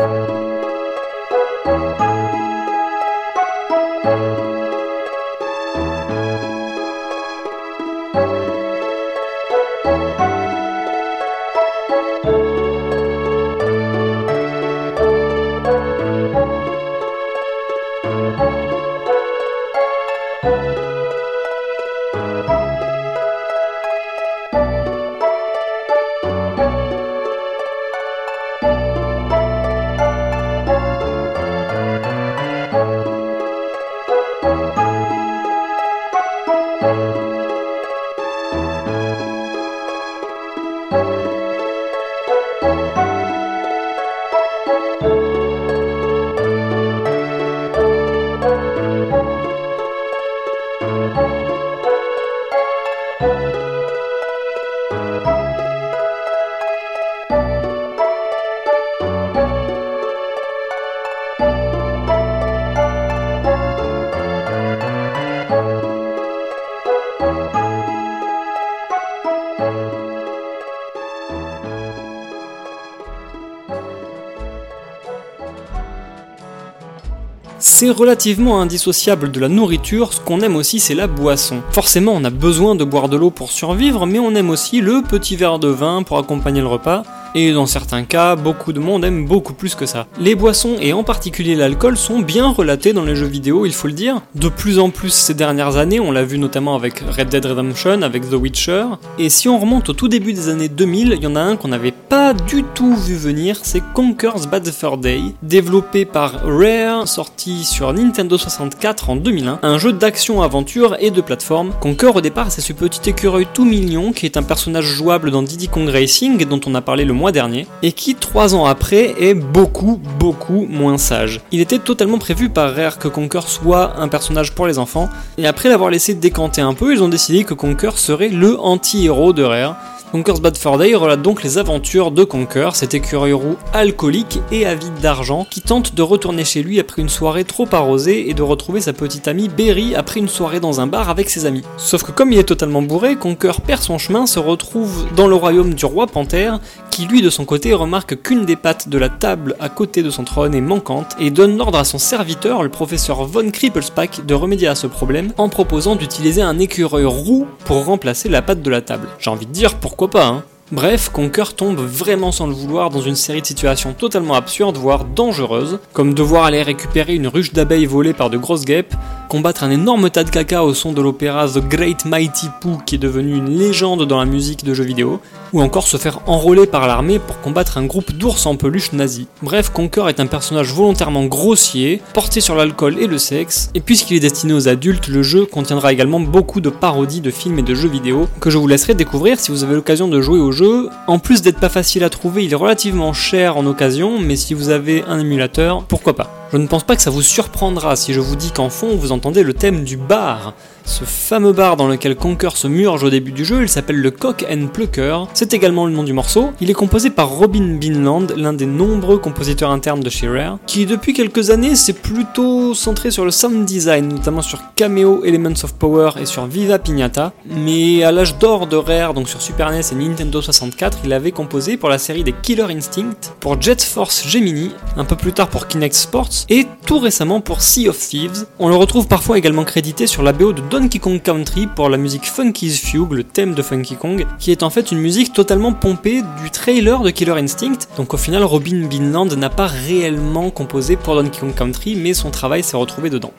B: C'est relativement indissociable de la nourriture, ce qu'on aime aussi c'est la boisson. Forcément on a besoin de boire de l'eau pour survivre, mais on aime aussi le petit verre de vin pour accompagner le repas, et dans certains cas, beaucoup de monde aime beaucoup plus que ça. Les boissons, et en particulier l'alcool, sont bien relatés dans les jeux vidéo, il faut le dire. De plus en plus ces dernières années, on l'a vu notamment avec Red Dead Redemption, avec The Witcher, et si on remonte au tout début des années 2000, il y en a un qu'on n'avait pas du tout vu venir, c'est Conker's Bad Fur Day, développé par Rare, sorti sur Nintendo 64 en 2001, un jeu d'action-aventure et de plateforme. Conker au départ c'est ce petit écureuil tout mignon qui est un personnage jouable dans Diddy Kong Racing, dont on a parlé le mois dernier, et qui 3 ans après est beaucoup moins sage. Il était totalement prévu par Rare que Conker soit un personnage pour les enfants, et après l'avoir laissé décanter un peu, ils ont décidé que Conker serait le anti-héros de Rare. Conker's Bad Fur Day relate donc les aventures de Conker, cet écureuil roux alcoolique et avide d'argent qui tente de retourner chez lui après une soirée trop arrosée et de retrouver sa petite amie Berry après une soirée dans un bar avec ses amis. Sauf que comme il est totalement bourré, Conker perd son chemin, se retrouve dans le royaume du roi Panthère, qui lui de son côté remarque qu'une des pattes de la table à côté de son trône est manquante et donne l'ordre à son serviteur, le professeur Von Krippelspack, de remédier à ce problème en proposant d'utiliser un écureuil roux pour remplacer la patte de la table. J'ai envie de dire pourquoi pas, hein. Bref, Conker tombe vraiment sans le vouloir dans une série de situations totalement absurdes, voire dangereuses, comme devoir aller récupérer une ruche d'abeilles volée par de grosses guêpes, combattre un énorme tas de caca au son de l'opéra The Great Mighty Pooh qui est devenu une légende dans la musique de jeux vidéo, ou encore se faire enrôler par l'armée pour combattre un groupe d'ours en peluche nazis. Bref, Conker est un personnage volontairement grossier, porté sur l'alcool et le sexe, et puisqu'il est destiné aux adultes, le jeu contiendra également beaucoup de parodies de films et de jeux vidéo que je vous laisserai découvrir si vous avez l'occasion de jouer au jeu. En plus d'être pas facile à trouver, il est relativement cher en occasion, mais si vous avez un émulateur, pourquoi pas. Je ne pense pas que ça vous surprendra si je vous dis qu'en fond vous entendez le thème du bar. Ce fameux bar dans lequel Conker se murge au début du jeu, il s'appelle le Cock and Plucker, c'est également le nom du morceau. Il est composé par Robin Binland, l'un des nombreux compositeurs internes de chez Rare, qui depuis quelques années s'est plutôt centré sur le sound design, notamment sur Cameo, Elements of Power et sur Viva Pinata, mais à l'âge d'or de Rare, donc sur Super NES et Nintendo 64, il avait composé pour la série des Killer Instinct, pour Jet Force Gemini, un peu plus tard pour Kinect Sports, et tout récemment pour Sea of Thieves. On le retrouve parfois également crédité sur la BO de Donkey Kong Country pour la musique Funky's Fugue, le thème de Funky Kong, qui est en fait une musique totalement pompée du trailer de Killer Instinct. Donc au final, Robin Binland n'a pas réellement composé pour Donkey Kong Country, mais son travail s'est retrouvé dedans.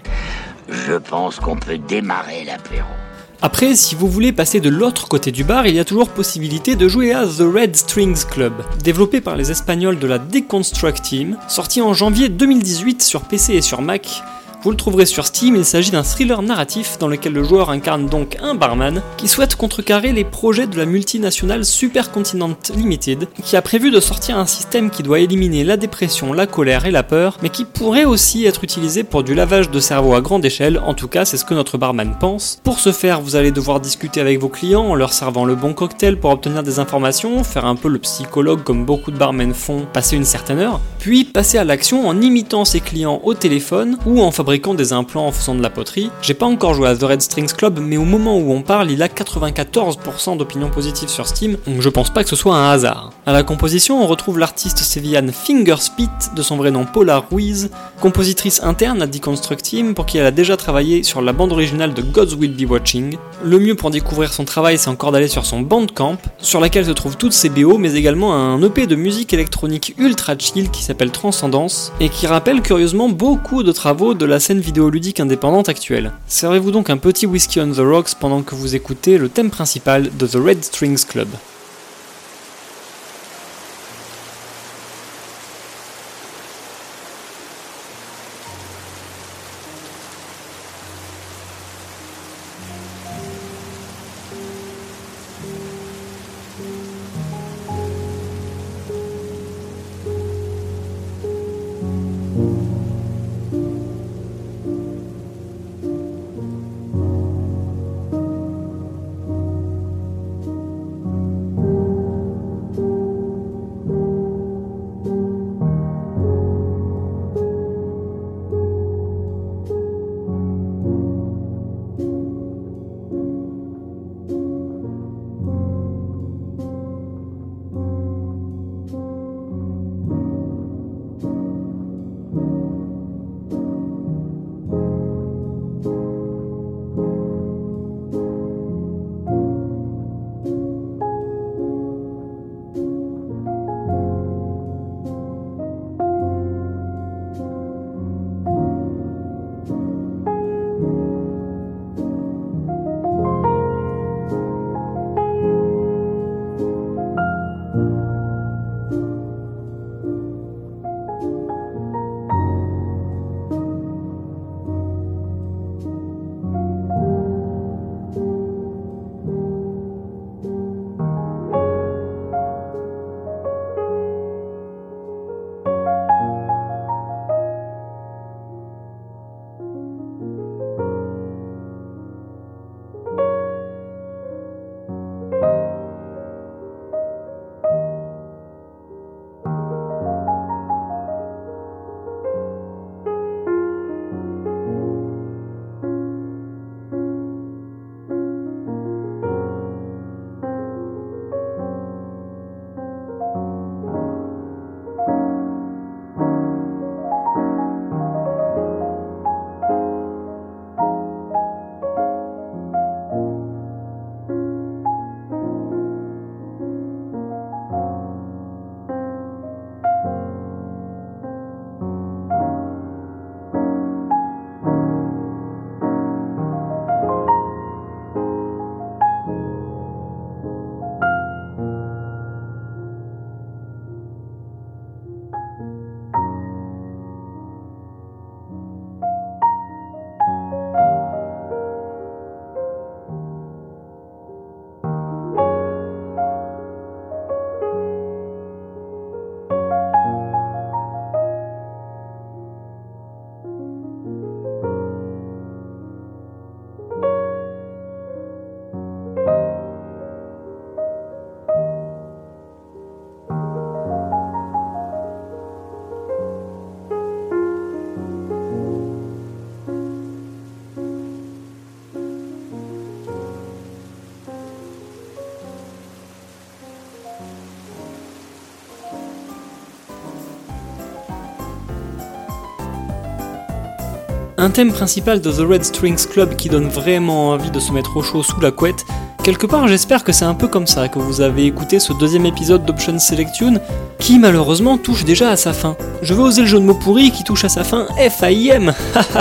D: Je pense qu'on peut démarrer l'apéro.
B: Après, si vous voulez passer de l'autre côté du bar, il y a toujours possibilité de jouer à The Red Strings Club, développé par les Espagnols de la Deconstruct Team, sorti en janvier 2018 sur PC et sur Mac. Vous le trouverez sur Steam, il s'agit d'un thriller narratif dans lequel le joueur incarne donc un barman qui souhaite contrecarrer les projets de la multinationale Supercontinent Limited, qui a prévu de sortir un système qui doit éliminer la dépression, la colère et la peur, mais qui pourrait aussi être utilisé pour du lavage de cerveau à grande échelle, en tout cas c'est ce que notre barman pense. Pour ce faire, vous allez devoir discuter avec vos clients en leur servant le bon cocktail pour obtenir des informations, faire un peu le psychologue comme beaucoup de barmen font, passer une certaine heure, puis passer à l'action en imitant ses clients au téléphone ou en fabriquant des implants en faisant de la poterie. J'ai pas encore joué à The Red Strings Club, mais au moment où on parle, il a 94% d'opinions positives sur Steam, donc je pense pas que ce soit un hasard. À la composition, on retrouve l'artiste sévillane Fingerspit, de son vrai nom Paula Ruiz, compositrice interne à Deconstruct Team, pour qui elle a déjà travaillé sur la bande originale de Gods Will Be Watching. Le mieux pour découvrir son travail, c'est encore d'aller sur son Bandcamp, sur laquelle se trouvent toutes ses BO, mais également un EP de musique électronique ultra chill qui s'appelle Transcendance, et qui rappelle curieusement beaucoup de travaux de la scène vidéoludique indépendante actuelle. Servez-vous donc un petit whisky on the rocks pendant que vous écoutez le thème principal de The Red Strings Club. Un thème principal de The Red Strings Club qui donne vraiment envie de se mettre au chaud sous la couette. Quelque part, j'espère que c'est un peu comme ça que vous avez écouté ce deuxième épisode d'Option Selection, qui malheureusement touche déjà à sa fin. Je vais oser le jeu de mots pourri qui touche à sa fin FAIM.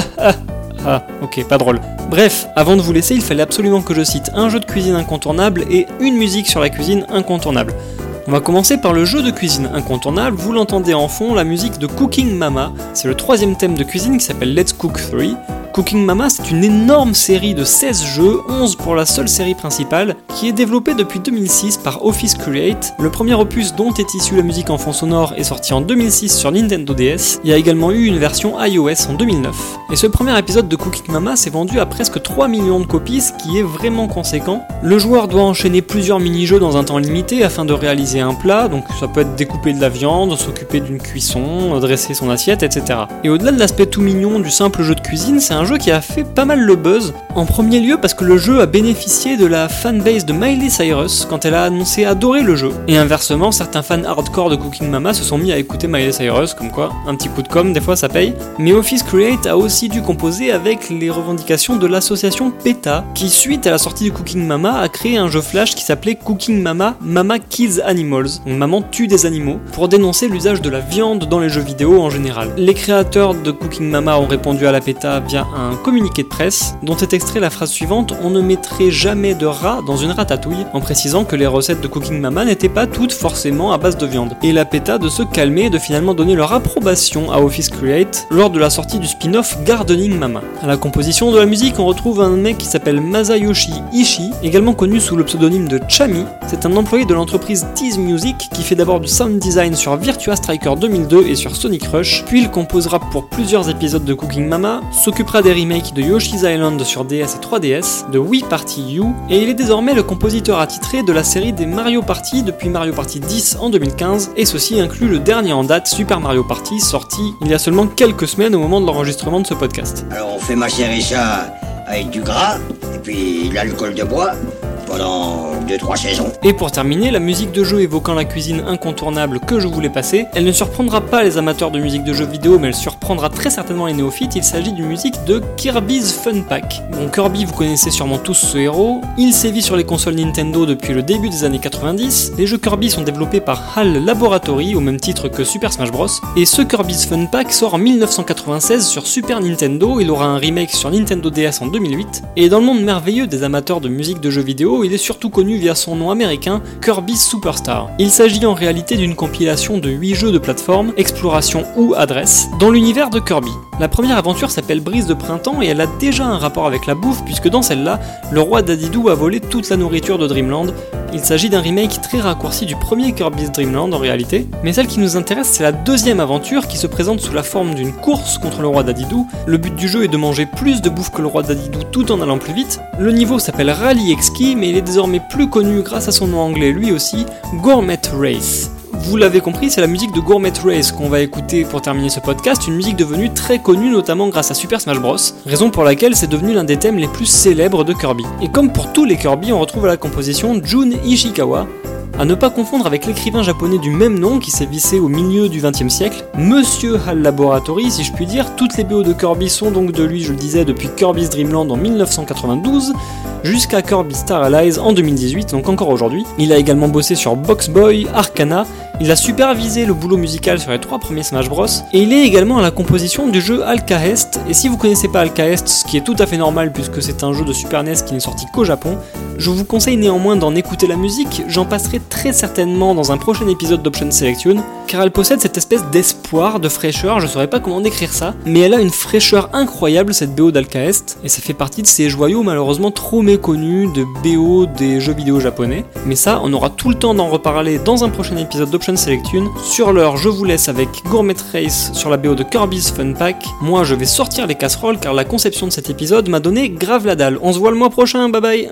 B: Ah, ok, pas drôle. Bref, avant de vous laisser, il fallait absolument que je cite un jeu de cuisine incontournable et une musique sur la cuisine incontournable. On va commencer par le jeu de cuisine incontournable, vous l'entendez en fond, la musique de Cooking Mama, c'est le troisième thème de cuisine qui s'appelle Let's Cook 3. Cooking Mama, c'est une énorme série de 16 jeux, 11 pour la seule série principale, qui est développée depuis 2006 par Office Create. Le premier opus dont est issue la musique en fond sonore est sorti en 2006 sur Nintendo DS, il y a également eu une version iOS en 2009. Et ce premier épisode de Cooking Mama s'est vendu à presque 3 millions de copies, ce qui est vraiment conséquent. Le joueur doit enchaîner plusieurs mini-jeux dans un temps limité afin de réaliser un plat, donc ça peut être découper de la viande, s'occuper d'une cuisson, dresser son assiette, etc. Et au-delà de l'aspect tout mignon du simple jeu de cuisine, c'est un jeu qui a fait pas mal le buzz. En premier lieu parce que le jeu a bénéficié de la fanbase de Miley Cyrus quand elle a annoncé adorer le jeu. Et inversement, certains fans hardcore de Cooking Mama se sont mis à écouter Miley Cyrus, comme quoi, un petit coup de com, des fois ça paye. Mais Office Create a aussi dû composer avec les revendications de l'association PETA, qui suite à la sortie de Cooking Mama a créé un jeu flash qui s'appelait Cooking Mama, Mama Kills Animals, donc maman tue des animaux, pour dénoncer l'usage de la viande dans les jeux vidéo en général. Les créateurs de Cooking Mama ont répondu à la PETA via un communiqué de presse, dont est extrait la phrase suivante: on ne mettrait jamais de rat dans une ratatouille, en précisant que les recettes de Cooking Mama n'étaient pas toutes forcément à base de viande. Et la PETA de se calmer et de finalement donner leur approbation à Office Create lors de la sortie du spin-off Gardening Mama. À la composition de la musique, on retrouve un mec qui s'appelle Masayoshi Ishii, également connu sous le pseudonyme de Chami. C'est un employé de l'entreprise Tease Music qui fait d'abord du sound design sur Virtua Striker 2002 et sur Sonic Rush, puis il composera pour plusieurs épisodes de Cooking Mama, s'occupera des remakes de Yoshi's Island sur DS et 3DS, de Wii Party U, et il est désormais le compositeur attitré de la série des Mario Party depuis Mario Party 10 en 2015, et ceci inclut le dernier en date, Super Mario Party, sorti il y a seulement quelques semaines au moment de l'enregistrement de ce podcast.
H: Alors on fait macérer ça avec du gras, et puis de l'alcool de bois, pendant 2-3 saisons.
B: Et pour terminer, la musique de jeu évoquant la cuisine incontournable que je voulais passer, elle ne surprendra pas les amateurs de musique de jeux vidéo, mais elle surprendra très certainement les néophytes. Il s'agit d'une musique de Kirby's Fun Pack. Bon, Kirby, vous connaissez sûrement tous ce héros. Il sévit sur les consoles Nintendo depuis le début des années 90. Les jeux Kirby sont développés par HAL Laboratory, au même titre que Super Smash Bros. Et ce Kirby's Fun Pack sort en 1996 sur Super Nintendo. Il aura un remake sur Nintendo DS en 2008. Et dans le monde merveilleux des amateurs de musique de jeux vidéo, il est surtout connu via son nom américain, Kirby's Superstar. Il s'agit en réalité d'une compilation de 8 jeux de plateforme, exploration ou adresse, dans l'univers de Kirby. La première aventure s'appelle Brise de printemps et elle a déjà un rapport avec la bouffe puisque dans celle-là, le roi Dadidou a volé toute la nourriture de Dreamland. Il s'agit d'un remake très raccourci du premier Kirby's Dream Land en réalité, mais celle qui nous intéresse c'est la deuxième aventure qui se présente sous la forme d'une course contre le roi Dadidou. Le but du jeu est de manger plus de bouffe que le roi Dadidou tout en allant plus vite. Le niveau s'appelle Rally X-Ski mais il est désormais plus connu grâce à son nom anglais lui aussi, Gourmet Race. Vous l'avez compris, c'est la musique de Gourmet Race qu'on va écouter pour terminer ce podcast, une musique devenue très connue notamment grâce à Super Smash Bros, raison pour laquelle c'est devenu l'un des thèmes les plus célèbres de Kirby. Et comme pour tous les Kirby, on retrouve à la composition Jun Ishikawa, à ne pas confondre avec l'écrivain japonais du même nom qui s'est vissé au milieu du XXe siècle, Monsieur HAL Laboratory si je puis dire. Toutes les BO de Kirby sont donc de lui, je le disais, depuis Kirby's Dream Land en 1992, jusqu'à Kirby Star Allies en 2018, donc encore aujourd'hui. Il a également bossé sur Box Boy, Arcana, il a supervisé le boulot musical sur les 3 premiers Smash Bros, et il est également à la composition du jeu Alcahest, et si vous connaissez pas Alcahest, ce qui est tout à fait normal puisque c'est un jeu de Super NES qui n'est sorti qu'au Japon, je vous conseille néanmoins d'en écouter la musique, j'en passerai très certainement dans un prochain épisode d'Option Selection, car elle possède cette espèce d'espoir, de fraîcheur, je saurais pas comment décrire ça, mais elle a une fraîcheur incroyable cette BO d'Alcahest, et ça fait partie de ces joyaux malheureusement trop méconnus de BO des jeux vidéo japonais, mais ça on aura tout le temps d'en reparler dans un prochain épisode d'Option Selection. Sur l'heure, je vous laisse avec Gourmet Race sur la BO de Kirby's Fun Pack. Moi je vais sortir les casseroles car la conception de cet épisode m'a donné grave la dalle. On se voit le mois prochain, bye bye.